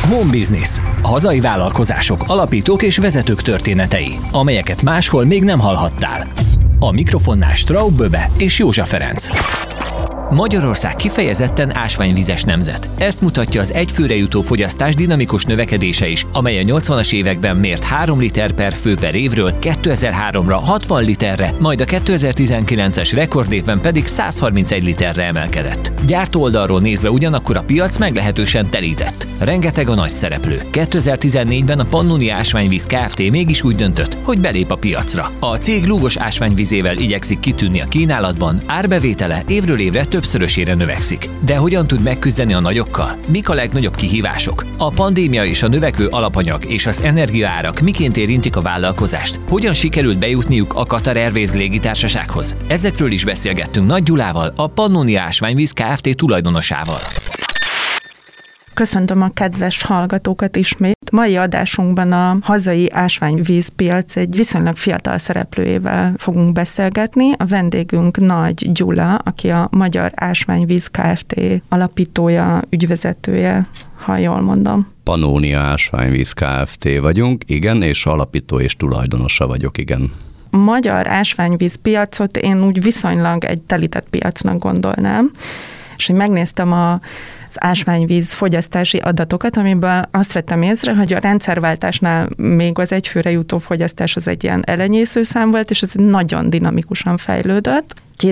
Home Business. Hazai vállalkozások, alapítók és vezetők történetei, amelyeket máshol még nem hallhattál. A mikrofonnál Straub Böbe és Józsa Ferenc. Magyarország kifejezetten ásványvizes nemzet. Ezt mutatja az egyfőre jutó fogyasztás dinamikus növekedése is, amely a 80-as években mért 3 liter per fő per évről 2003-ra 60 literre, majd a 2019-es rekordévben pedig 131 literre emelkedett. Gyártó oldalról nézve ugyanakkor a piac meglehetősen telített. Rengeteg a nagy szereplő. 2014-ben a Pannónia Ásványvíz Kft. Mégis úgy döntött, hogy belép a piacra. A cég lúgos ásványvizével igyekszik kitűnni a kínálatban, árbevétele évről évre többszörösére növekszik. De hogyan tud megküzdeni a nagyokkal? Mik a legnagyobb kihívások? A pandémia és a növekvő alapanyag és az energiaárak miként érintik a vállalkozást? Hogyan sikerült bejutniuk a Qatar Airways légitársasághoz? Ezekről is beszélgettünk Nagy Gyulával, a Pannónia Ásványvíz Kft. Tulajdonosával. Köszöntöm a kedves hallgatókat ismét. Mai adásunkban a hazai ásványvízpiac egy viszonylag fiatal szereplőjével fogunk beszélgetni. A vendégünk Nagy Gyula, aki a Magyar Ásványvíz Kft. Alapítója, ügyvezetője, ha jól mondom. Pannónia Ásványvíz Kft. Vagyunk, igen, és alapító és tulajdonosa vagyok, igen. A magyar ásványvízpiacot én úgy viszonylag egy telített piacnak gondolnám, és hogy megnéztem az ásványvíz fogyasztási adatokat, amiből azt vettem észre, hogy a rendszerváltásnál még az egyfőre jutó fogyasztás az egy ilyen elenyésző szám volt, és ez nagyon dinamikusan fejlődött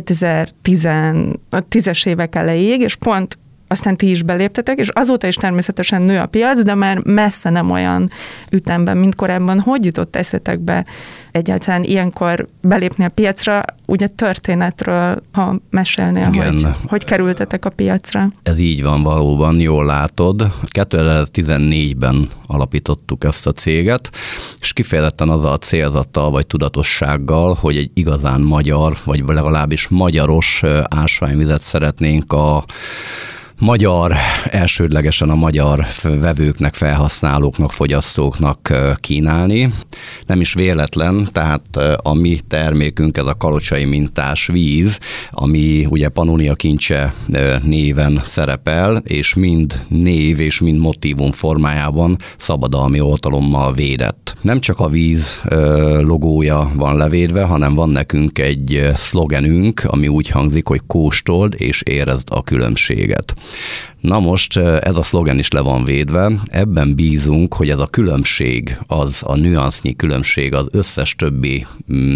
2010-es évek elejéig, és pont aztán ti is beléptetek, és azóta is természetesen nő a piac, de már messze nem olyan ütemben, mint korábban. Hogy jutott eszetekbe egyáltalán ilyenkor belépni a piacra? Ugye történetről, ha mesélnél, hogy kerültetek a piacra? Ez így van valóban, jól látod. 2014-ben alapítottuk ezt a céget, és kifejezetten azzal a célzattal vagy tudatossággal, hogy egy igazán magyar, vagy legalábbis magyaros ásványvizet szeretnénk a elsődlegesen a magyar vevőknek, felhasználóknak, fogyasztóknak kínálni. Nem is véletlen, tehát a mi termékünk ez a kalocsai mintás víz, ami ugye Pannónia kincse néven szerepel, és mind név és mind motívum formájában szabadalmi oltalommal védett. Nem csak a víz logója van levédve, hanem van nekünk egy szlogenünk, ami úgy hangzik, hogy kóstold és érezd a különbséget. Na most ez a szlogen is le van védve, ebben bízunk, hogy ez a különbség, az a nüansznyi különbség az összes többi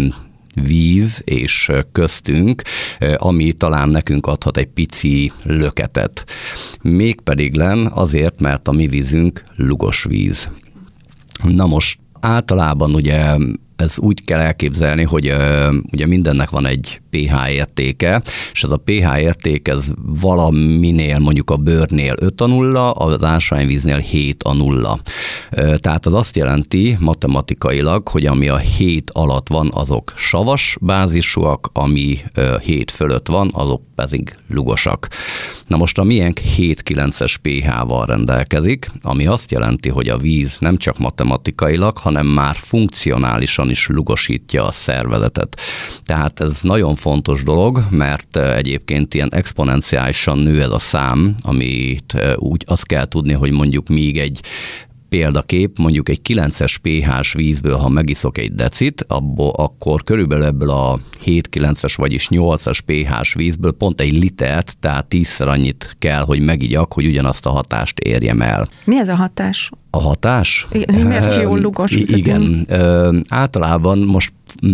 víz és köztünk, ami talán nekünk adhat egy pici löketet. Mégpedig azért, mert a mi vízünk lugos víz. Na most általában ugye ez úgy kell elképzelni, hogy ugye mindennek van egy pH értéke, és ez a pH érték ez valaminél, mondjuk a bőrnél 5/0, az ásványvíznél 7/0. Tehát az azt jelenti matematikailag, hogy ami a 7 alatt van, azok savas bázisúak, ami 7 fölött van, azok pedig lugosak. Na most a miénk 7,9-es pH-val rendelkezik, ami azt jelenti, hogy a víz nem csak matematikailag, hanem már funkcionálisan is lugosítja a szervezetet. Tehát ez nagyon fontos dolog, mert egyébként ilyen exponenciálisan nő ez a szám, amit úgy azt kell tudni, hogy mondjuk még egy példakép, mondjuk egy 9-es pH-s vízből, ha megiszok egy decit, akkor körülbelül ebből a 7-9-es, vagyis 8-as pH-s vízből pont egy litert, tehát 10-szer annyit kell, hogy megigyak, hogy ugyanazt a hatást érjem el. Mi ez a hatás? A hatás? Miért jó lugos vizet? Igen. Általában most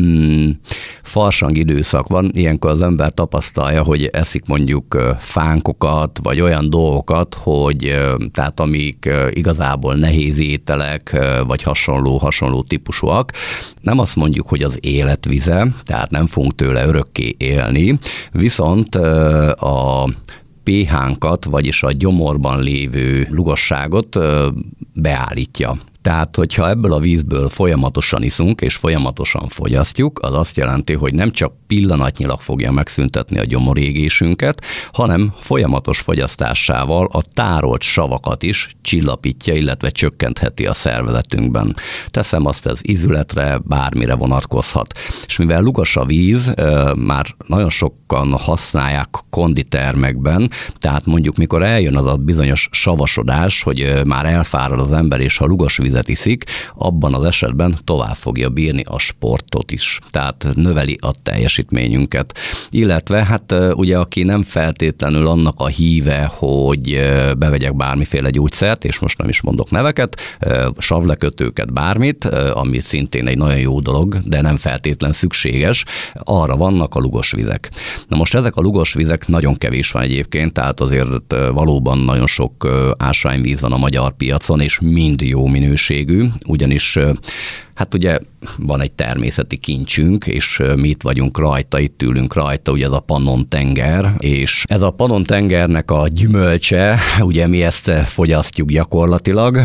farsang időszak van, ilyenkor az ember tapasztalja, hogy eszik mondjuk fánkokat, vagy olyan dolgokat, hogy tehát amik igazából nehéz ételek, vagy hasonló típusúak. Nem azt mondjuk, hogy az életvize, tehát nem fogunk tőle örökké élni, viszont a pH-nkat, vagyis a gyomorban lévő lugosságot beállítja. Tehát, hogyha ebből a vízből folyamatosan iszunk és folyamatosan fogyasztjuk, az azt jelenti, hogy nem csak pillanatnyilag fogja megszüntetni a gyomorégésünket, hanem folyamatos fogyasztásával a tárolt savakat is csillapítja, illetve csökkentheti a szervezetünkben. Teszem azt, ez ízületre, bármire vonatkozhat. És mivel lugas a víz, már nagyon sokan használják konditermekben, tehát mondjuk mikor eljön az a bizonyos savasodás, hogy már elfárad az ember, és ha lugas vizet iszik, abban az esetben tovább fogja bírni a sportot is. Tehát növeli a teljesítményünket. Illetve hát ugye aki nem feltétlenül annak a híve, hogy bevegyek bármiféle gyógyszert, és most nem is mondok neveket, savlekötőket, bármit, ami szintén egy nagyon jó dolog, de nem feltétlen szükséges, arra vannak a lugos vizek. Na most ezek a lugos vizek nagyon kevés van egyébként, tehát azért valóban nagyon sok ásványvíz van a magyar piacon, és mind jó minőségű, ugyanis hát ugye van egy természeti kincsünk, és mi itt vagyunk rajta, itt ülünk rajta, ugye ez a Pannon-tenger, és ez a Pannon-tengernek a gyümölcse, ugye mi ezt fogyasztjuk gyakorlatilag,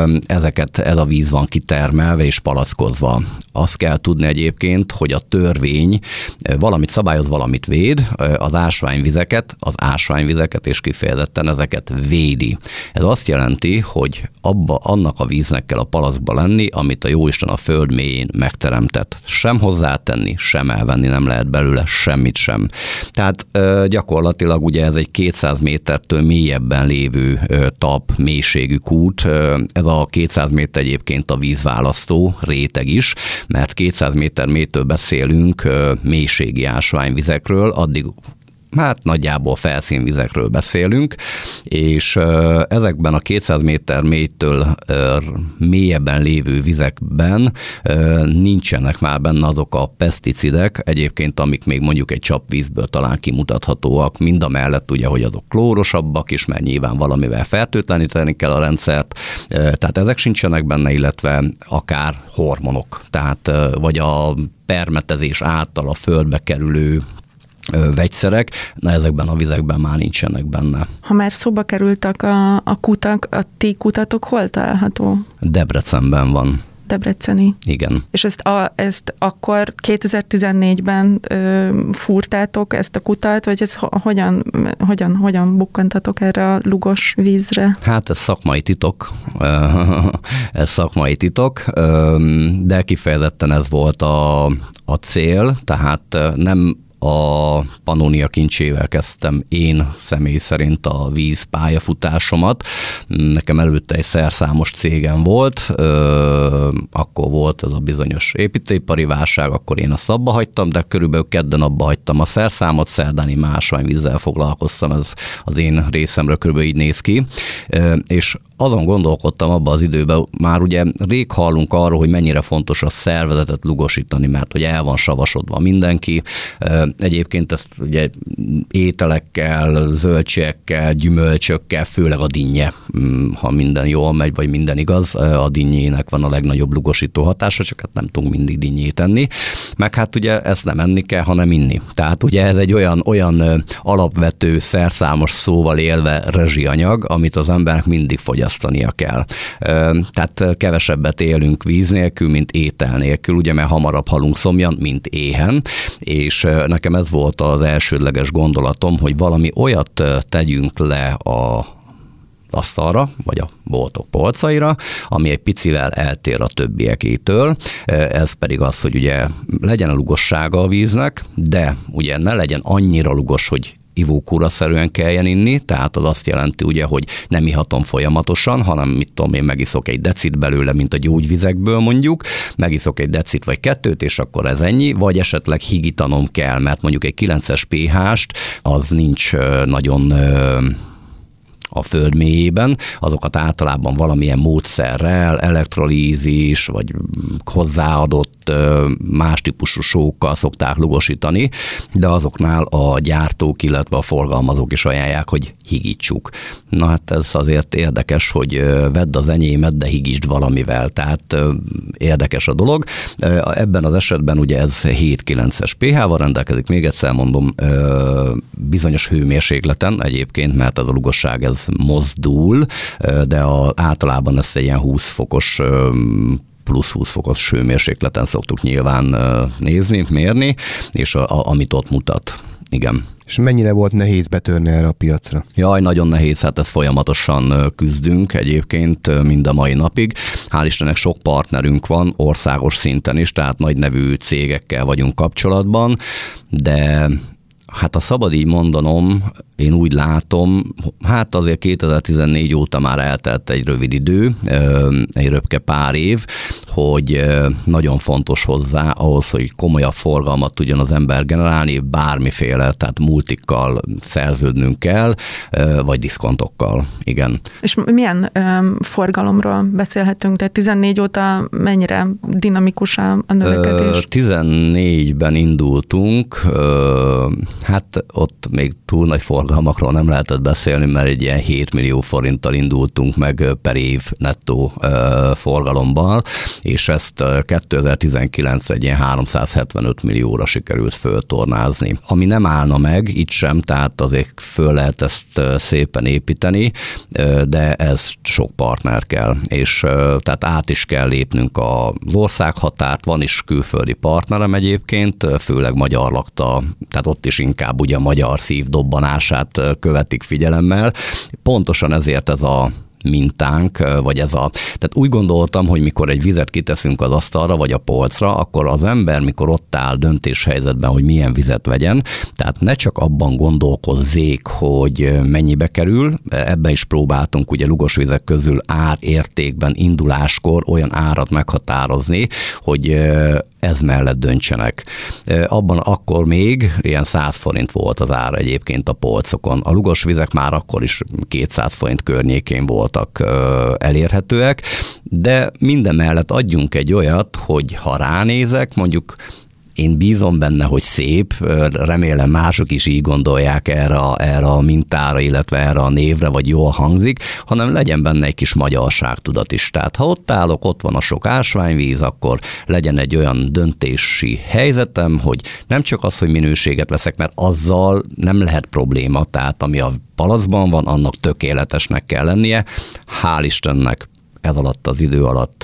ez a víz van kitermelve és palackozva. Azt kell tudni egyébként, hogy a törvény valamit szabályoz, valamit véd, az ásványvizeket és kifejezetten ezeket védi. Ez azt jelenti, hogy annak a víznek kell a palackba lenni, amit a Jóisten a föld mélyén megteremtett. Sem hozzátenni, sem elvenni nem lehet belőle semmit sem. Tehát gyakorlatilag ugye ez egy 200 métertől mélyebben lévő tap, mélységű kút. Ez a 200 méter egyébként a vízválasztó réteg is, mert 200 méter mélytől beszélünk mélységi ásványvizekről, addig hát nagyjából felszínvizekről beszélünk, és ezekben a 200 méter mélytől mélyebben lévő vizekben nincsenek már benne azok a peszticidek, egyébként amik még mondjuk egy csapvízből talán kimutathatóak, mindamellett ugye, hogy azok klórosabbak is, mert nyilván valamivel fertőtleníteni kell a rendszert, tehát ezek sincsenek benne, illetve akár hormonok, tehát vagy a permetezés által a földbe kerülő vegyszerek, na ezekben a vizekben már nincsenek benne. Ha már szóba kerültek a kutak, a ti kutatok hol található? Debrecenben van. Debreceni. Igen. És ezt akkor 2014-ben fúrtátok ezt a kutat, vagy ez hogyan bukkantatok erre a lugos vízre? Hát ez szakmai titok. De kifejezetten ez volt a cél, tehát nem a Pannonia kincsével kezdtem én személy szerint a víz pályafutásomat. Nekem előtte egy szerszámos cégem volt, akkor volt ez a bizonyos építőipari válság, akkor én azt abba hagytam, de körülbelül kedden abba hagytam a szerszámot, szerdán én ásványvízzel foglalkoztam, ez az én részemről körülbelül így néz ki. És azon gondolkodtam abban az időben, már ugye rég hallunk arról, hogy mennyire fontos a szervezetet lugosítani, mert hogy el van savasodva mindenki. Egyébként ezt ugye ételekkel, zöldségekkel, gyümölcsökkel, főleg a dinnye, ha minden jól megy, vagy minden igaz, a dinnyének van a legnagyobb lugosító hatása, csak hát nem tudunk mindig dinnyét enni. Meg hát ugye ezt nem enni kell, hanem inni. Tehát ugye ez egy olyan alapvető szerszámos szóval élve rezsianyag, amit az embernek mindig fogyasztania kell. Tehát kevesebbet élünk víz nélkül, mint étel nélkül, ugye, mert hamarabb halunk szomjan, mint éhen, és nekem ez volt az elsődleges gondolatom, hogy valami olyat tegyünk le a asztalra, vagy a boltok polcaira, ami egy picivel eltér a többiekétől. Ez pedig az, hogy ugye legyen a lugossága a víznek, de ugye ne legyen annyira lugos, hogy ivókúraszerűen kelljen inni, tehát az azt jelenti ugye, hogy nem ihatom folyamatosan, hanem mit tudom én, megiszok egy decit belőle, mint a gyógyvizekből mondjuk, megiszok egy decit vagy kettőt, és akkor ez ennyi, vagy esetleg higítanom kell, mert mondjuk egy 9-es pH-st, az nincs nagyon a föld mélyében, azokat általában valamilyen módszerrel, elektrolízis, vagy hozzáadott ott más típusú sókkal szokták lugosítani, de azoknál a gyártók, illetve a forgalmazók is ajánlják, hogy higítsuk. Na hát ez azért érdekes, hogy vedd az enyémet, de higítsd valamivel, tehát érdekes a dolog. Ebben az esetben ugye ez 7-9-es pH-val rendelkezik, még egyszer mondom, bizonyos hőmérsékleten egyébként, mert ez a lugosság ez mozdul, de általában ezt egy ilyen 20 fokos plusz 20 fokos hőmérsékleten szoktuk nyilván nézni, mérni, és amit ott mutat. Igen. És mennyire volt nehéz betörni erre a piacra? Jaj, nagyon nehéz, hát ezt folyamatosan küzdünk egyébként mind a mai napig. Hál' Istennek sok partnerünk van, országos szinten is, tehát nagy nevű cégekkel vagyunk kapcsolatban, de hát ha szabad így mondanom, én úgy látom, hát azért 2014 óta már eltelt egy rövid idő, egy röpke pár év, hogy nagyon fontos hozzá ahhoz, hogy komolyabb forgalmat tudjon az ember generálni, bármiféle, tehát multikkal szerződnünk kell, vagy diszkontokkal, igen. És milyen forgalomról beszélhetünk? Tehát 14 óta mennyire dinamikus a növekedés? 14-ben indultunk, hát ott még túl nagy forgalmakról nem lehetett beszélni, mert egy ilyen 7 millió forinttal indultunk meg per év nettó forgalomban, és ezt 2019 egy ilyen 375 millióra sikerült föltornázni. Ami nem állna meg, itt sem, tehát azért föl lehet ezt szépen építeni, de ez sok partner kell, és tehát át is kell lépnünk az országhatárt, van is külföldi partnerem egyébként, főleg magyar lakta, tehát ott is inkább ugye a magyar szív dobbanását követik figyelemmel. Pontosan ezért ez a mintánk, vagy tehát úgy gondoltam, hogy mikor egy vizet kiteszünk az asztalra, vagy a polcra, akkor az ember, mikor ott áll döntéshelyzetben, hogy milyen vizet vegyen, tehát ne csak abban gondolkozzék, hogy mennyibe kerül, ebben is próbáltunk ugye lugosvizek közül árértékben induláskor olyan árat meghatározni, hogy ez mellett döntsenek. Abban akkor még ilyen 100 forint volt az ára egyébként a polcokon. A lugosvizek már akkor is 200 forint környékén voltak elérhetőek, de minden mellett adjunk egy olyat, hogy ha ránézek, mondjuk én bízom benne, hogy szép, remélem mások is így gondolják erre a mintára, illetve erre a névre, vagy jól hangzik, hanem legyen benne egy kis magyarságtudat is. Tehát ha ott állok, ott van a sok ásványvíz, akkor legyen egy olyan döntési helyzetem, hogy nem csak az, hogy minőséget veszek, mert azzal nem lehet probléma, tehát ami a palacban van, annak tökéletesnek kell lennie. Hál' Istennek ez alatt az idő alatt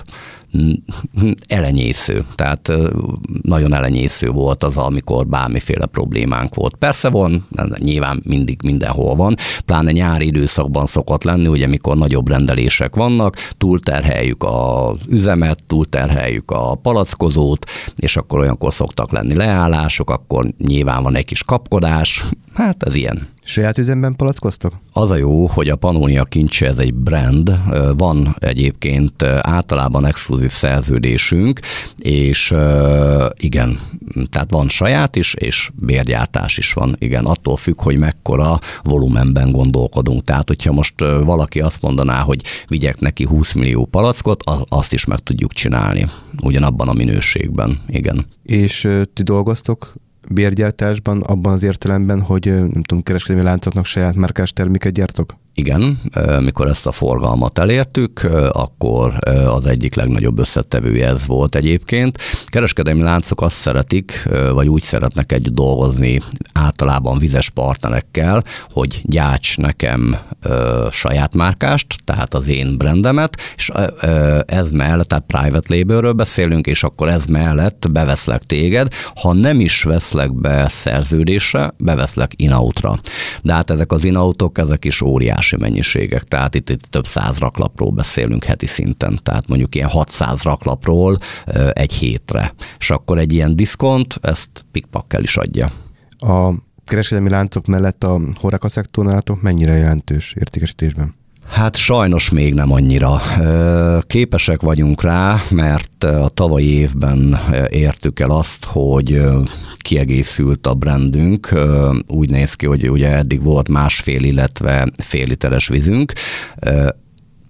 elenyésző, tehát nagyon elenyésző volt az, amikor bármiféle problémánk volt. Persze van, nyilván mindig mindenhol van, pláne nyári időszakban szokott lenni, ugye mikor nagyobb rendelések vannak, túlterheljük az üzemet, túlterheljük a palackozót, és akkor olyankor szoktak lenni leállások, akkor nyilván van egy kis kapkodás, hát ez ilyen. Saját üzemben palackoztok? Az a jó, hogy a Pannonia Kincse ez egy brand, van egyébként általában exkluzív szerződésünk, és igen, tehát van saját is, és bérgyártás is van, igen, attól függ, hogy mekkora volumenben gondolkodunk. Tehát, hogyha most valaki azt mondaná, hogy vigyek neki 20 millió palackot, azt is meg tudjuk csinálni, ugyanabban a minőségben, igen. És ti dolgoztok bérgyártásban abban az értelemben, hogy nem tudom, kereskedelmi láncoknak saját márkás terméket gyártok? Igen, mikor ezt a forgalmat elértük, akkor az egyik legnagyobb összetevője ez volt egyébként. Kereskedelmi láncok azt szeretik, vagy úgy szeretnek együtt dolgozni általában vizes partnerekkel, hogy gyárts nekem saját márkást, tehát az én brandemet, és ez mellett, tehát private labelről beszélünk, és akkor ez mellett beveszlek téged, ha nem is veszlek be szerződésre, beveszlek in-outra. De hát ezek az in-outok, ezek is óriási mennyiségek, tehát itt több 100 raklapról beszélünk heti szinten, tehát mondjuk ilyen 600 raklapról egy hétre. És akkor egy ilyen diszkont, ezt pikpakkel is adja. A kereskedelmi láncok mellett a HoReCa szektor nálatok mennyire jelentős értékesítésben? Hát sajnos még nem annyira. Képesek vagyunk rá, mert a tavalyi évben értük el azt, hogy kiegészült a brandünk. Úgy néz ki, hogy ugye eddig volt 1,5, illetve fél literes vízünk.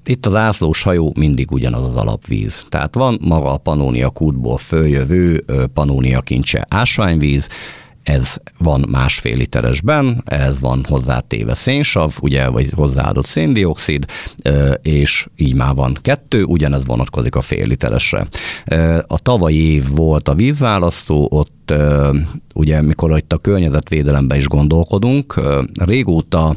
Itt az ászlós hajó mindig ugyanaz az alapvíz. Tehát van maga a Pannónia kútból följövő Pannónia kincse ásványvíz, ez van 1,5 literesben, ez van hozzátéve szénsav, ugye, vagy hozzáadott széndioxid, és így már van 2, ugyanez vonatkozik a fél literesre. A tavalyi év volt a vízválasztó, ott ugye mikor itt a környezetvédelemben is gondolkodunk, régóta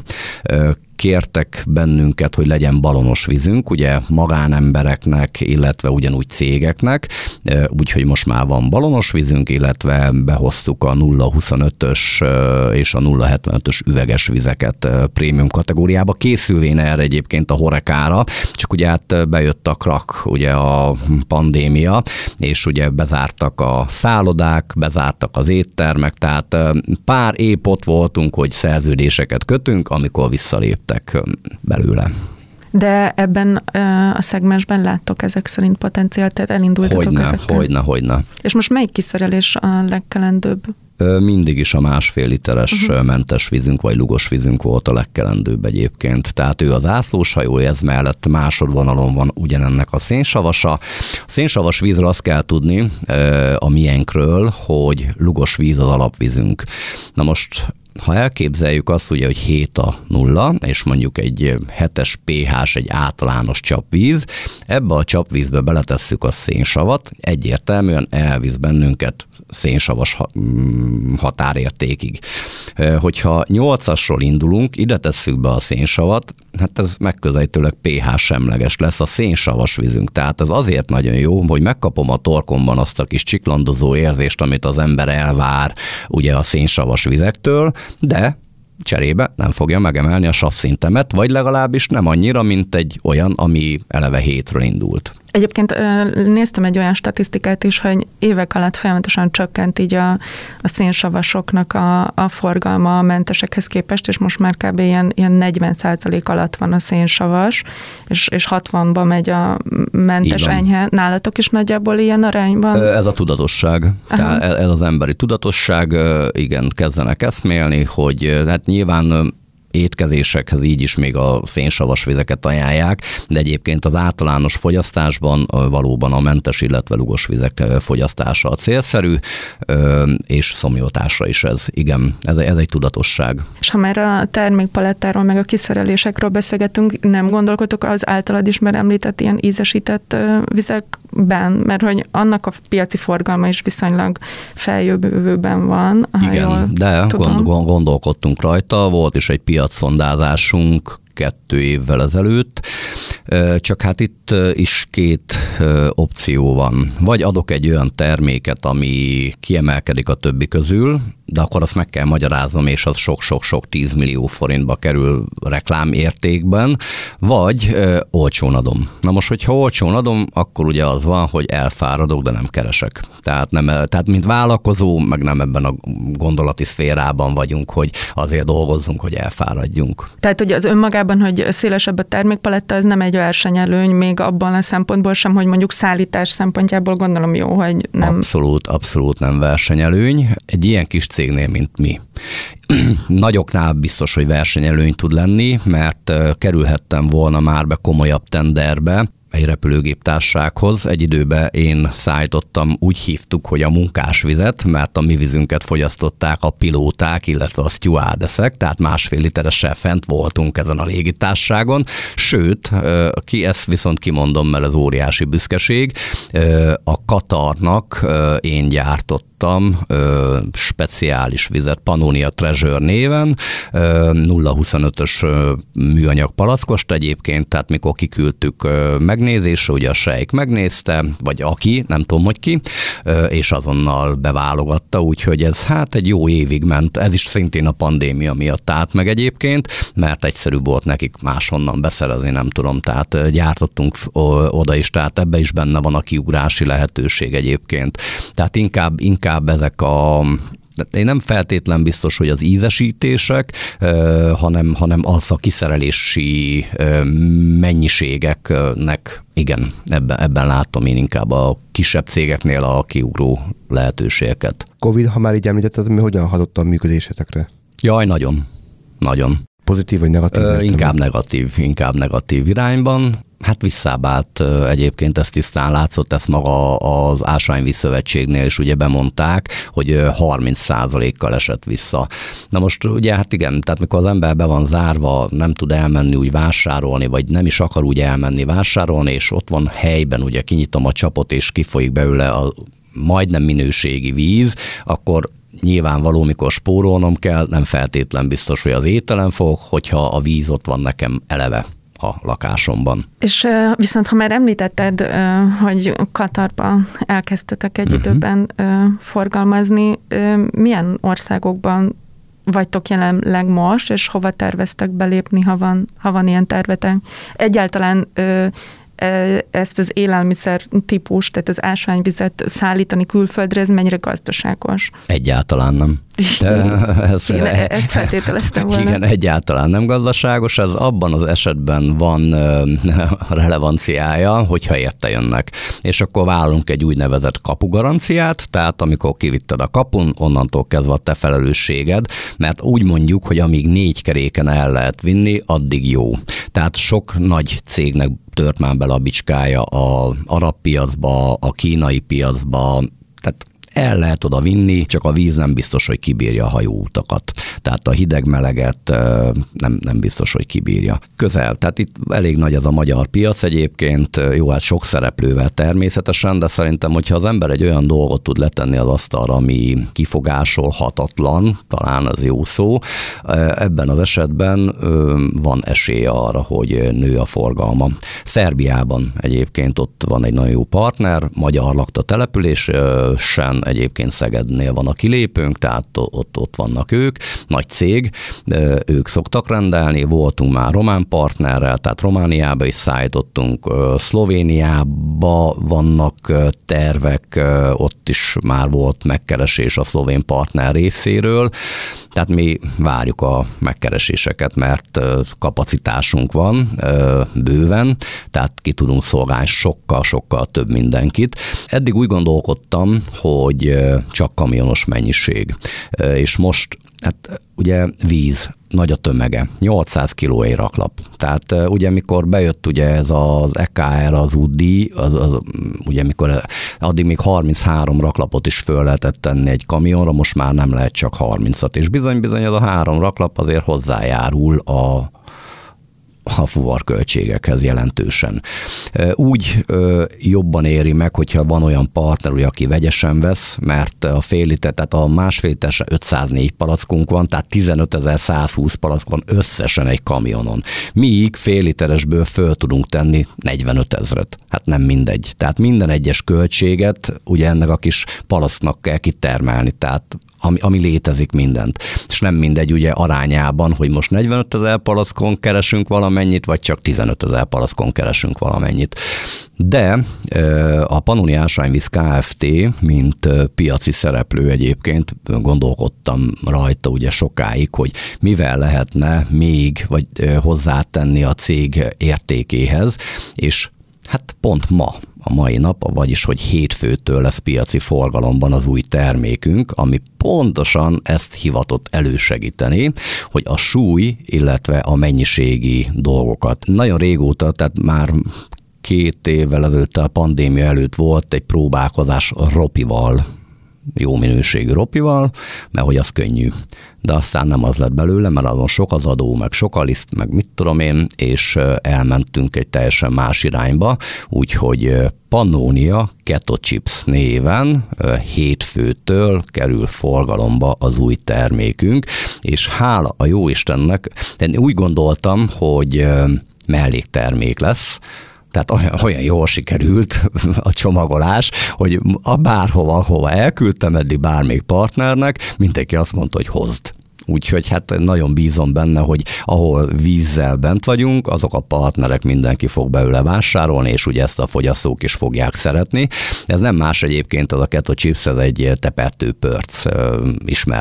kértek bennünket, hogy legyen balonos vízünk, ugye magánembereknek, illetve ugyanúgy cégeknek, úgyhogy most már van balonos vízünk, illetve behoztuk a 0,25-ös és a 0,75-ös üveges vizeket prémium kategóriába. Készülvén erre egyébként a Horekára, csak ugye hát bejött a krak, ugye a pandémia, és ugye bezártak a szállodák, bezártak az éttermek, tehát pár épp ott voltunk, hogy szerződéseket kötünk, amikor visszaléptek belőle. De ebben a szegmensben láttok ezek szerint potenciált, tehát elindultatok ezekkel? Hogyne. És most melyik kiszerelés a legkelendőbb? Mindig is a 1,5 literes mentes vízünk, vagy lugos vízünk volt a legkelendőbb egyébként. Tehát ő az ászlós hajó, ez mellett másodvonalon van ugyanennek a szénsavasa. A szénsavas vízről azt kell tudni a miénkről, hogy lugos víz az alapvízünk. Na most ha elképzeljük azt ugye, hogy 7 a 0, és mondjuk egy 7-es pH-s, egy általános csapvíz, ebbe a csapvízbe beletesszük a szénsavat, egyértelműen elvisz bennünket szénsavas határértékig. Hogyha 8-asról indulunk, ide tesszük be a szénsavat, hát ez megközelítőleg pH semleges lesz a szénsavas vízünk. Tehát ez azért nagyon jó, hogy megkapom a torkomban azt a kis csiklandozó érzést, amit az ember elvár ugye a szénsavas vizektől, de cserébe nem fogja megemelni a savszintemet, vagy legalábbis nem annyira, mint egy olyan, ami eleve 7-ről indult. Egyébként néztem egy olyan statisztikát is, hogy évek alatt folyamatosan csökkent így a szénsavasoknak a forgalma a mentesekhez képest, és most már kb. Ilyen 40% alatt van a szénsavas, és 60-ba megy a mentes enyhe. Nálatok is nagyjából ilyen arányban? Ez a tudatosság. Tehát ez az emberi tudatosság, igen, kezdenek eszmélni, hogy hát nyilván étkezésekhez így is még a szénsavas vizeket ajánlják, de egyébként az általános fogyasztásban valóban a mentes, illetve lugos vizek fogyasztása a célszerű, és szomjótásra is ez. Igen, ez egy tudatosság. És ha már a termékpalettáról meg a kiszerelésekről beszélgetünk, nem gondolkodtok az általad is már említett ilyen ízesített vizekben, mert hogy annak a piaci forgalma is viszonylag feljövőben van. Igen, de gondolkodtunk rajta, volt is egy piacszondázásunk 2 évvel ezelőtt, csak hát itt is 2 opció van. Vagy adok egy olyan terméket, ami kiemelkedik a többi közül, de akkor azt meg kell magyaráznom, és az sok-sok-sok 10 millió forintba kerül reklámértékben, vagy olcsón adom. Na most, hogyha olcsón adom, akkor ugye az van, hogy elfáradok, de nem keresek. Tehát mint vállalkozó, meg nem ebben a gondolati szférában vagyunk, hogy azért dolgozzunk, hogy elfáradjunk. Tehát, hogy az önmagában, hogy szélesebb a termékpaletta, ez nem egy versenyelőny, még abban a szempontból sem, hogy mondjuk szállítás szempontjából gondolom jó, hogy nem. Abszolút nem versenyelőny. Egy ilyen kis cégnél, mint mi. Nagyoknál biztos, hogy versenyelőny tud lenni, mert kerülhettem volna már be komolyabb tenderbe, egy repülőgéptársasághoz. Egy időben én szállítottam, úgy hívtuk, hogy a munkásvizet, mert a mi vízünket fogyasztották a pilóták, illetve a stewardessek, tehát 1,5 literessel fent voltunk ezen a légitársaságon. Sőt, ezt viszont kimondom, mert ez óriási büszkeség, a Katarnak én gyártottam speciális vizet Pannónia Treasure néven, 0,25-ös műanyag palackost egyébként, tehát mikor kiküldtük megnézésre, ugye a sejk megnézte, vagy aki, nem tudom, hogy ki, és azonnal beválogatta, úgyhogy ez hát egy jó évig ment, ez is szintén a pandémia miatt állt meg egyébként, mert egyszerűbb volt nekik máshonnan beszerezni, nem tudom, tehát gyártottunk oda is, tehát ebbe is benne van a kiugrási lehetőség egyébként. Tehát inkább ezek én nem feltétlen biztos, hogy az ízesítések, hanem az a kiszerelési mennyiségeknek, igen, ebben látom én inkább a kisebb cégeknél a kiugró lehetőségeket. Covid, ha már így említetted, mi hogyan hatott a működésetekre? Jaj, nagyon. Pozitív vagy negatív? Inkább negatív irányban. Hát visszábált egyébként, ez tisztán látszott, ezt maga az Ásványvízszövetségnél is ugye bemondták, hogy 30%-kal esett vissza. Na most ugye hát igen, tehát mikor az ember be van zárva, nem tud elmenni úgy vásárolni, vagy nem is akar úgy elmenni vásárolni, és ott van helyben, ugye kinyitom a csapot, és kifolyik belőle a majdnem minőségi víz, akkor nyilvánvaló, mikor spórolnom kell, nem feltétlen biztos, hogy az ételen fogok, hogyha a víz ott van nekem eleve a lakásomban. És viszont, ha már említetted, hogy Katarban elkezdtetek egy időben forgalmazni, milyen országokban vagytok jelenleg most, és hova terveztek belépni, ha van ilyen tervetek? Egyáltalán ezt az élelmiszer típust, tehát az ásványvizet szállítani külföldre, ez mennyire gazdaságos? Egyáltalán nem. Ezt feltételeztem volna. Igen, egyáltalán nem gazdaságos, ez abban az esetben van relevanciája, hogyha érte jönnek. És akkor vállalunk egy úgynevezett kapugaranciát, tehát amikor kivitted a kapun, onnantól kezdve a te felelősséged, mert úgy mondjuk, hogy amíg 4 keréken el lehet vinni, addig jó. Tehát sok nagy cégnek tört már bele a bicskája az arab piacba, a kínai piacba, tehát el lehet oda vinni, csak a víz nem biztos, hogy kibírja a hajóutakat. Tehát a hideg-meleget nem biztos, hogy kibírja. Közel, tehát itt elég nagy ez a magyar piac egyébként, jó, hát sok szereplővel természetesen, de szerintem, hogyha az ember egy olyan dolgot tud letenni az asztalra, ami kifogásolhatatlan, talán az jó szó, ebben az esetben van esélye arra, hogy nő a forgalma. Szerbiában egyébként ott van egy nagyon jó partner, magyar lakta településen, egyébként Szegednél van a kilépőnk, tehát ott vannak ők, nagy cég, ők szoktak rendelni, voltunk már román partnerrel, tehát Romániába is szállítottunk, Szlovéniába vannak tervek, ott is már volt megkeresés a szlovén partner részéről, tehát mi várjuk a megkereséseket, mert kapacitásunk van bőven, tehát ki tudunk szolgálni sokkal több mindenkit. Eddig úgy gondolkodtam, hogy csak kamionos mennyiség, és most hát ugye víz, nagy a tömege, 800 kiló egy raklap. Tehát ugye mikor bejött ugye ez az EKR, az UDI, ugye mikor addig még 33 raklapot is föl lehetett tenni egy kamionra, most már nem lehet csak 30-at, és bizony ez a 3 raklap azért hozzájárul a fuvarköltségekhez jelentősen. Úgy jobban éri meg, hogyha van olyan partner, ugye, aki vegyesen vesz, mert a fél liter, tehát a másfél literes 504 palackunk van, tehát 15.120 palack van összesen egy kamionon. Míg fél literesből föl tudunk tenni 45 000. Hát nem mindegy. Tehát minden egyes költséget ugye ennek a kis palacknak kell kitermelni, tehát ami létezik mindent. És nem mindegy ugye arányában, hogy most 45 000 palackon keresünk valamennyit, vagy csak 15 000 palackon keresünk valamennyit. De a Pannoni Ásványvíz Kft., mint piaci szereplő egyébként gondolkodtam rajta ugye sokáig, hogy mivel lehetne még vagy hozzátenni a cég értékéhez, és hát pont a mai nap, vagyis hogy hétfőtől lesz piaci forgalomban az új termékünk, ami pontosan ezt hivatott elősegíteni, hogy a súly, illetve a mennyiségi dolgokat. Nagyon régóta, tehát már 2 évvel ezelőtt, a pandémia előtt volt egy próbálkozás ropival, jó minőségű ropival, mert hogy az könnyű. De aztán nem az lett belőle, mert azon sok az adó, meg sok a liszt, meg mit tudom én, és elmentünk egy teljesen más irányba, úgyhogy Pannonia Keto Chips néven hétfőtől kerül forgalomba az új termékünk, és hála a jóistennek, én úgy gondoltam, hogy melléktermék lesz, tehát olyan jól sikerült a csomagolás, hogy hova elküldtem eddig bármelyik partnernek, mindenki azt mondta, hogy hozd. Úgyhogy hát nagyon bízom benne, hogy ahol vízzel bent vagyunk, azok a partnerek mindenki fog belőle vásárolni, és ugye ezt a fogyasztók is fogják szeretni. Ez nem más egyébként, az a Keto Chips, ez egy tepertőpörc, ismerhet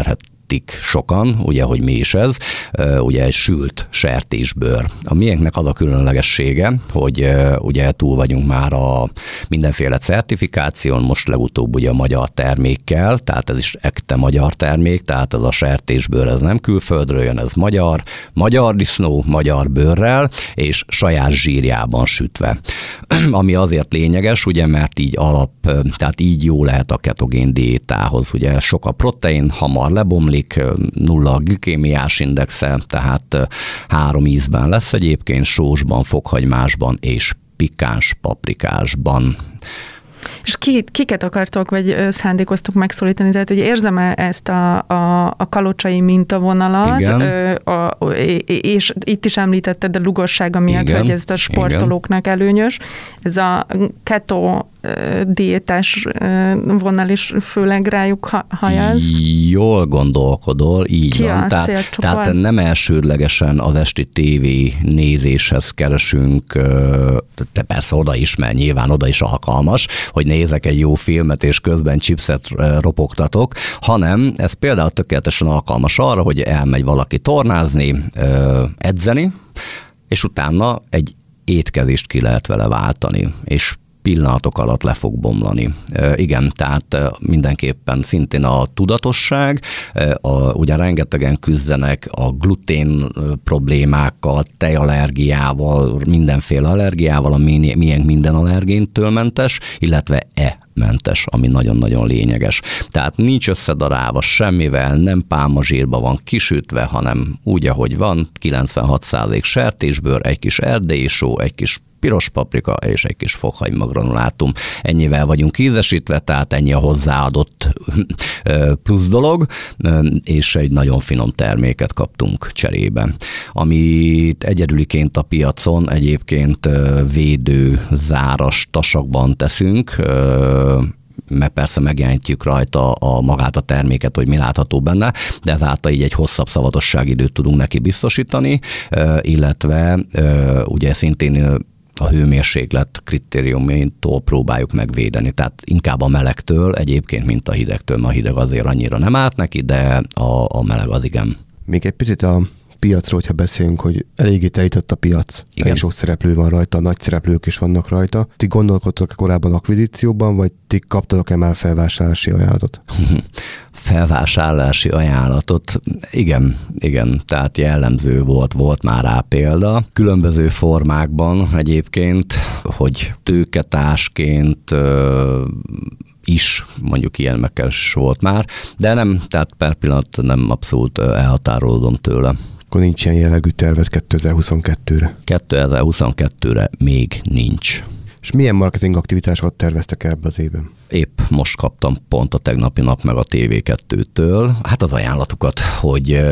sejtik sokan, ugye, hogy mi is ez, ugye egy sült sertésbőr. A miénknek az a különlegessége, hogy ugye túl vagyunk már a mindenféle certifikáción, most legutóbb ugye a magyar termékkel, tehát ez is ekte magyar termék, tehát ez a sertésbőr, ez nem külföldről jön, ez magyar disznó, magyar bőrrel, és saját zsírjában sütve. Ami azért lényeges, ugye, mert így tehát így jó lehet a ketogén diétához, ugye sok a protein, hamar lebomlik, nulla a glikémiás indexe, tehát 3 ízben lesz egyébként, sósban, fokhagymásban és pikáns paprikásban. És kiket akartok, vagy szándékoztok megszólítani? Tehát, hogy érzem ezt a kalocsai mintavonalat, és itt is említetted a lugossága miatt, igen, hogy ez a sportolóknak előnyös. Ez a keto diétás vonal is főleg rájuk hajaz. Jól gondolkodol, így van. Tehát nem elsődlegesen az esti tévé nézéshez keresünk, de persze oda is, mert nyilván oda is alkalmas, hogy nézek egy jó filmet, és közben chipset ropogtatok, hanem ez például tökéletesen alkalmas arra, hogy elmegy valaki tornázni, edzeni, és utána egy étkezést ki lehet vele váltani, és pillanatok alatt le fog bomlani. Igen, tehát mindenképpen szintén a tudatosság, ugye rengetegen küzdenek a glutén problémákkal, tejallergiával, mindenféle allergiával, ami minden allergéntől mentes, illetve mentes, ami nagyon-nagyon lényeges. Tehát nincs összedarálva semmivel, nem pálmazsírba van kisütve, hanem úgy, ahogy van, 96% sertésbőr, egy kis erdélyi só, egy kis piros paprika és egy kis fokhagymagranulátum. Ennyivel vagyunk ízesítve, tehát ennyi a hozzáadott plusz dolog, és egy nagyon finom terméket kaptunk cserébe. Amit egyedüliként a piacon egyébként védőzáras tasakban teszünk, mert persze megjelentjük rajta magát a terméket, hogy mi látható benne, de ezáltal így egy hosszabb szabadosságidőt tudunk neki biztosítani, illetve ugye szintén a hőmérséklet kritériumától próbáljuk megvédeni. Tehát inkább a melegtől egyébként, mint a hidegtől, mert a hideg azért annyira nem árt neki, de a meleg az igen. Még egy picit a piacról, hogyha beszélünk, hogy eléggé telített a piac. Elég sok szereplő van rajta, nagy szereplők is vannak rajta. Ti gondolkodtok korábban akvizícióban, vagy ti kaptatok-e már felvásárlási ajánlatot? Felvásárlási ajánlatot? Igen, tehát jellemző volt már rá példa. Különböző formákban egyébként, hogy tőketársként is, mondjuk ilyen megkeresés volt már, de nem, tehát per pillanat nem abszolút elhatárolódom tőle. Akkor nincs ilyen jellegű tervet 2022-re? 2022-re még nincs. És milyen marketing aktivitásokat terveztek ebbe az évben? Épp most kaptam pont a tegnapi nap meg a TV2-től, hát az ajánlatukat, hogy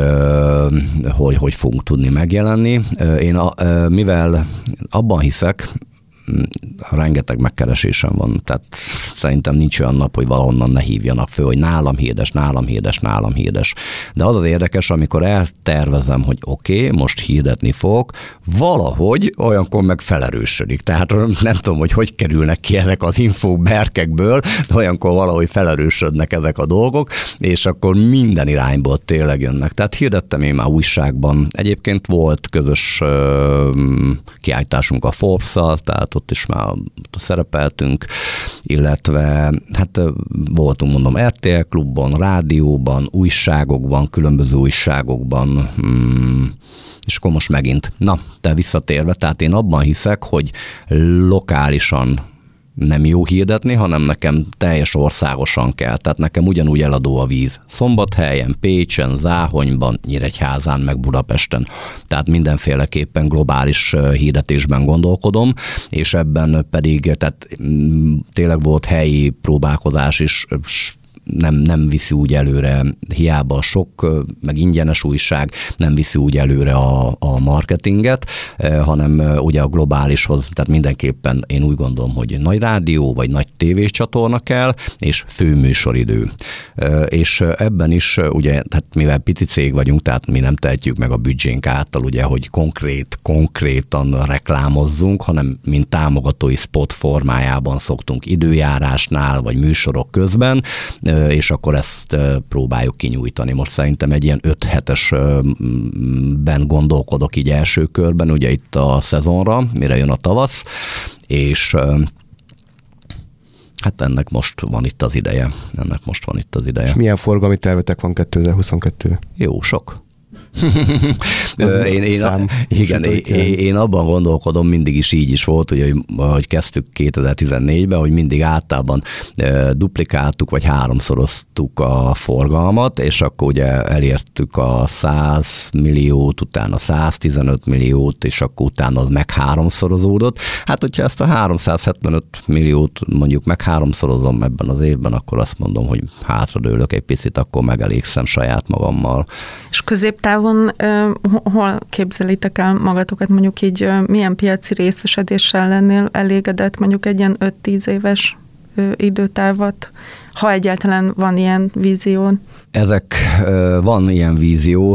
fogunk tudni megjelenni. Én mivel abban hiszek, rengeteg megkeresésem van, tehát szerintem nincs olyan nap, hogy valahonnan ne hívjanak föl, hogy nálam hirdes. De az érdekes, amikor eltervezem, hogy oké, most hirdetni fogok, valahogy olyankor meg felerősödik. Tehát nem tudom, hogy kerülnek ki ezek az infók berkekből, de olyankor valahogy felerősödnek ezek a dolgok, és akkor minden irányból tényleg jönnek. Tehát hirdettem én már újságban. Egyébként volt közös kiállításunk a Forbes-szal, tehát ott is már szerepeltünk, illetve hát voltunk, mondom, RTL klubban, rádióban, újságokban, különböző újságokban, és akkor most megint, de visszatérve, tehát én abban hiszek, hogy lokálisan nem jó hirdetni, hanem nekem teljes országosan kell. Tehát nekem ugyanúgy eladó a víz Szombathelyen, Pécsen, Záhonyban, Nyíregyházán, meg Budapesten. Tehát mindenféleképpen globális hirdetésben gondolkodom, és ebben pedig tehát tényleg volt helyi próbálkozás is, nem viszi úgy előre, hiába sok, meg ingyenes újság nem viszi úgy előre a marketinget, hanem ugye a globálishoz, tehát mindenképpen én úgy gondolom, hogy nagy rádió, vagy nagy tévécsatorna kell, és főműsoridő. És ebben is ugye, tehát mivel pici cég vagyunk, tehát mi nem tehetjük meg a büdzsénk által, ugye, hogy konkrétan reklámozzunk, hanem mint támogatói spot formájában szoktunk időjárásnál, vagy műsorok közben és akkor ezt próbáljuk kinyújtani. Most szerintem egy ilyen 5 hetesben gondolkodok így első körben, ugye itt a szezonra, mire jön a tavasz, és hát ennek most van itt az ideje. És milyen forgalmi tervetek van 2022-re? Jó, sok. Én abban gondolkodom, mindig is így is volt, ugye, hogy kezdtük 2014-ben, hogy mindig általában duplikáltuk, vagy háromszoroztuk a forgalmat, és akkor ugye elértük a 100 milliót, utána 115 milliót, és akkor utána az meg háromszorozódott. Hát, hogyha ezt a 375 milliót mondjuk meg háromszorozom ebben az évben, akkor azt mondom, hogy hátradőlök egy picit, akkor megelégszem saját magammal. És középtávon hol képzelitek el magatokat, mondjuk így milyen piaci részesedéssel lennél elégedett mondjuk egy ilyen 5-10 éves időtávot, ha egyáltalán van ilyen vízión? Van ilyen vízió,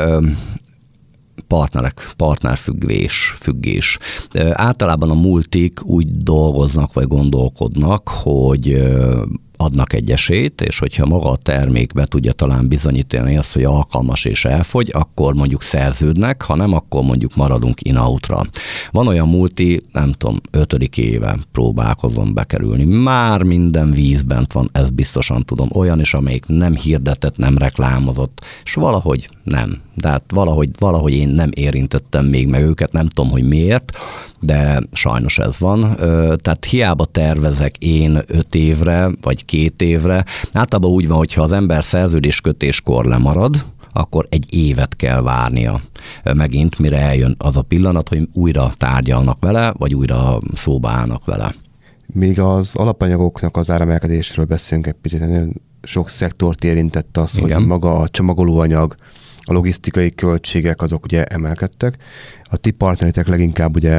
partnerfüggés. Általában a multik úgy dolgoznak, vagy gondolkodnak, hogy adnak egy esélyt, és hogyha maga a termék be tudja talán bizonyítani azt, hogy alkalmas és elfogy, akkor mondjuk szerződnek, ha nem, akkor mondjuk maradunk in-outra. Van olyan multi, nem tudom, 5. éve próbálkozom bekerülni. Már minden vízben van, ezt biztosan tudom. Olyan is, amelyik nem hirdetett, nem reklámozott, és valahogy nem. De hát valahogy én nem érintettem még meg őket, nem tudom, hogy miért, de sajnos ez van. Tehát hiába tervezek én 5 évre, vagy 2 évre. Általában úgy van, hogyha az ember szerződéskötéskor lemarad, akkor 1 évet kell várnia megint, mire eljön az a pillanat, hogy újra tárgyalnak vele, vagy újra szóba állnak vele. Még az alapanyagoknak az áremelkedésről beszélünk egy picit, nagyon sok szektort érintett az, igen, hogy maga a csomagolóanyag, a logisztikai költségek azok ugye emelkedtek. A ti partneritek leginkább ugye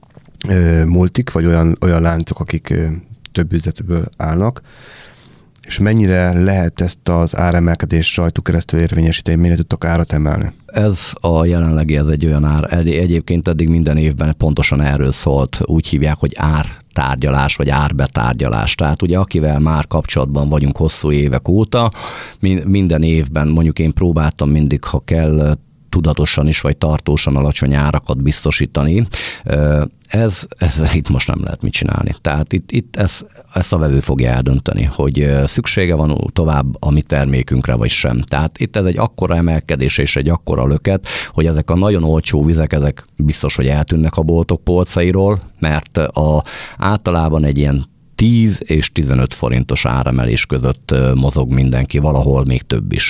multik, vagy olyan láncok, akik több üzletből állnak, és mennyire lehet ezt az áremelkedést rajtuk keresztül érvényesíteni, mennyire tudtok árat emelni? Ez a jelenlegi, ez egy olyan ár, egyébként eddig minden évben pontosan erről szólt, úgy hívják, hogy ártárgyalás, vagy árbetárgyalás. Tehát ugye akivel már kapcsolatban vagyunk hosszú évek óta, minden évben mondjuk én próbáltam mindig, ha kell, tudatosan is, vagy tartósan alacsony árakat biztosítani. Ez itt most nem lehet mit csinálni. Tehát itt ezt a vevő fogja eldönteni, hogy szüksége van tovább a mi termékünkre, vagy sem. Tehát itt ez egy akkora emelkedés és egy akkora löket, hogy ezek a nagyon olcsó vizek, ezek biztos, hogy eltűnnek a boltok polcairól, mert általában egy ilyen 10 és 15 forintos áremelés között mozog mindenki, valahol még több is.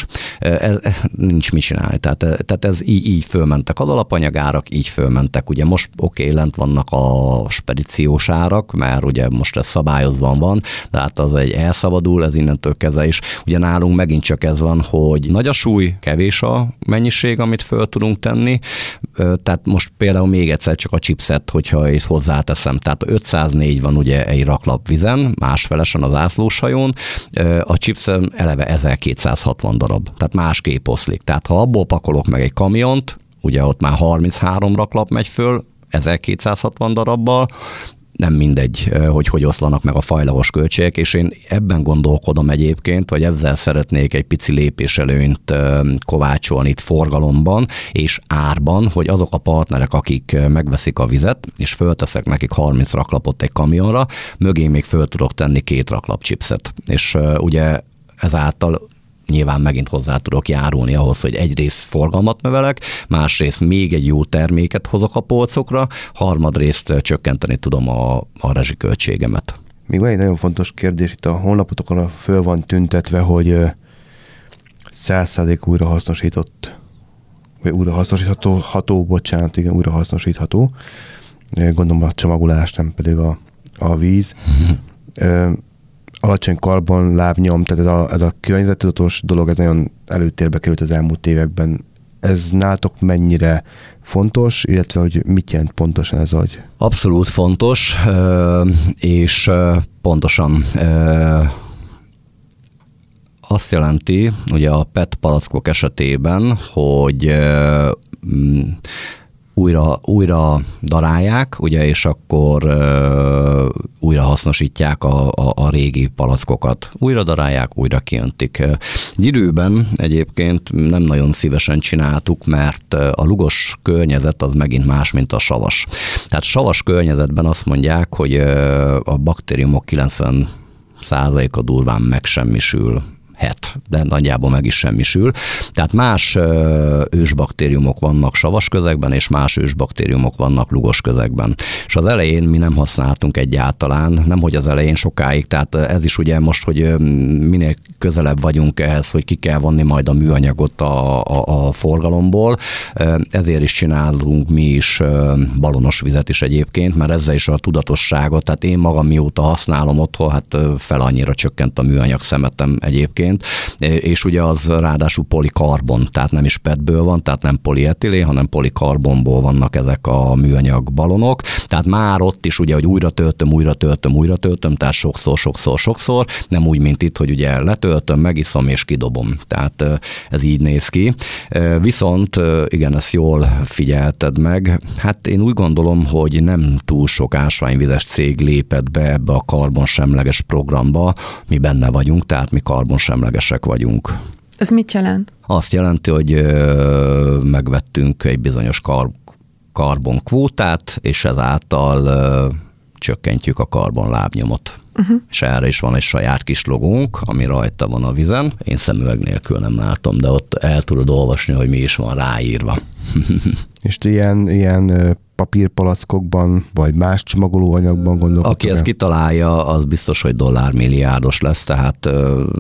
Nincs mit csinálni. Tehát ez így fölmentek az alapanyagárak, így fölmentek. Ugye most lent vannak a spedíciós árak, mert ugye most ez szabályozva van, tehát az egy elszabadul, ez innentől kezdve is. Ugye nálunk megint csak ez van, hogy nagy a súly, kevés a mennyiség, amit föl tudunk tenni. Tehát most például még egyszer csak a chipset, hogyha itt hozzáteszem, tehát 504 van ugye egy raklap vizen, másfelesen az ászlóshajón, a chipsen eleve 1260 darab, tehát másképp oszlik. Tehát ha abból pakolok meg egy kamiont, ugye ott már 33 raklap megy föl, 1260 darabbal, nem mindegy, hogy oszlanak meg a fajlagos költségek, és én ebben gondolkodom egyébként, vagy ezzel szeretnék egy pici lépéselőnyt kovácsolni itt forgalomban és árban, hogy azok a partnerek, akik megveszik a vizet, és fölteszek nekik 30 raklapot egy kamionra, mögé még föl tudok tenni 2 raklap chipset. És ugye ezáltal nyilván megint hozzá tudok járulni ahhoz, hogy egyrészt forgalmat növelek, másrészt még egy jó terméket hozok a polcokra, harmadrészt csökkenteni tudom a rezsiköltségemet. Még van egy nagyon fontos kérdés, itt a honlapotokon föl van tüntetve, hogy 100% újrahasznosított, vagy újrahasznosítható. Gondolom a csomagolás, nem pedig a víz. Alacsony karbonlábnyom, tehát ez a környezettudatos dolog, ez nagyon előtérbe került az elmúlt években. Ez nálatok mennyire fontos, illetve hogy mit jelent pontosan ez, hogy? Abszolút fontos, és pontosan azt jelenti, ugye a PET palackok esetében, hogy újra darálják, ugye, és akkor újra hasznosítják a régi palackokat. Újra darálják, újra kiöntik. Egy időben egyébként nem nagyon szívesen csináltuk, mert a lugos környezet az megint más, mint a savas. Tehát savas környezetben azt mondják, hogy a baktériumok 90%-a durván megsemmisül, de nagyjából meg is semmisül. Tehát más ősbaktériumok vannak savas közegben, és más ősbaktériumok vannak lugos közegben. És az elején mi nem használtunk egyáltalán, nemhogy az elején sokáig, tehát ez is ugye most, hogy minél közelebb vagyunk ehhez, hogy ki kell vonni majd a műanyagot a forgalomból, ezért is csinálunk mi is balonos vizet is egyébként, mert ezzel is a tudatosságot, tehát én magam mióta használom otthon, hát fel annyira csökkent a műanyag szemetem egyébként, és ugye az ráadásul polikarbon, tehát nem is PET-ből van, tehát nem polietilén, hanem polikarbonból vannak ezek a műanyag balonok, tehát már ott is ugye, hogy újra töltöm, tehát sokszor, nem úgy, mint itt, hogy ugye letöltöm, megiszom és kidobom, tehát ez így néz ki. Viszont igen, ezt jól figyelted meg, hát én úgy gondolom, hogy nem túl sok ásványvizes cég lépett be ebbe a karbonsemleges programba, mi benne vagyunk, tehát mi karbonsemlegesek vagyunk. Ez mit jelent? Azt jelenti, hogy megvettünk egy bizonyos karbonkvótát, és ezáltal csökkentjük a karbonlábnyomot. És erre is van egy saját kis logónk, ami rajta van a vizen. Én szemüveg nélkül nem látom, de ott el tudod olvasni, hogy mi is van ráírva. És ilyen papírpalackokban, vagy más csomagolóanyagban gondolkodtok? Aki ezt kitalálja, az biztos, hogy dollármilliárdos lesz, tehát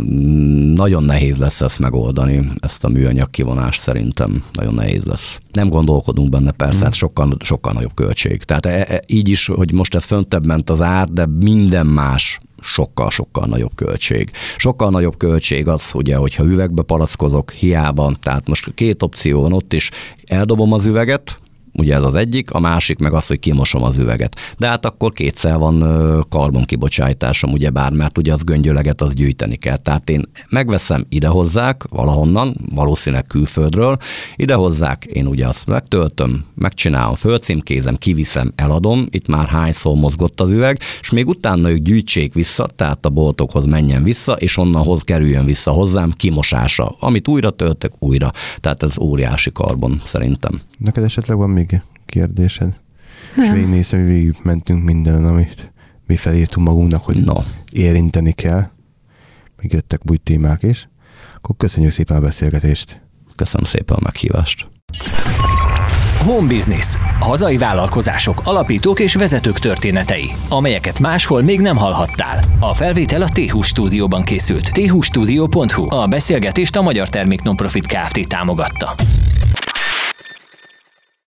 nagyon nehéz lesz ezt megoldani, ezt a műanyag kivonást szerintem nagyon nehéz lesz. Nem gondolkodunk benne persze, hát sokkal nagyobb költség. Tehát így is, hogy most ez föntebb ment az ár, de minden más sokkal nagyobb költség. Sokkal nagyobb költség az, ugye, hogyha üvegbe palackozok, hiába, tehát most 2 opció van ott is, eldobom az üveget, ugye ez az egyik, a másik meg az, hogy kimosom az üveget. De hát akkor 2-szer van karbonkibocsátásom, ugyebár, mert ugye az göngyöleget az gyűjteni kell. Tehát én megveszem, idehozzák valahonnan, valószínűleg külföldről, idehozzák, én ugye azt megtöltöm, megcsinálom, fölcímkézem, kiviszem, eladom, itt már hányszor mozgott az üveg, és még utána ők gyűjtsék vissza, tehát a boltokhoz menjen vissza, és onnanhoz kerüljön vissza hozzám kimosása, amit újra töltök, újra. Tehát ez óriási karbon szerintem. Neked esetleg van még kérdésed? És végignéztem, hogy végig mentünk mindenen, amit mi felírtunk magunknak, hogy érinteni kell. Még jöttek új témák is. Akkor köszönjük szépen a beszélgetést. Köszönöm szépen a meghívást. Home Business. Hazai vállalkozások, alapítók és vezetők történetei, amelyeket máshol még nem hallhattál. A felvétel a T20 stúdióban készült. t20studio.hu. A beszélgetést a Magyar Termék Nonprofit Kft. Támogatta.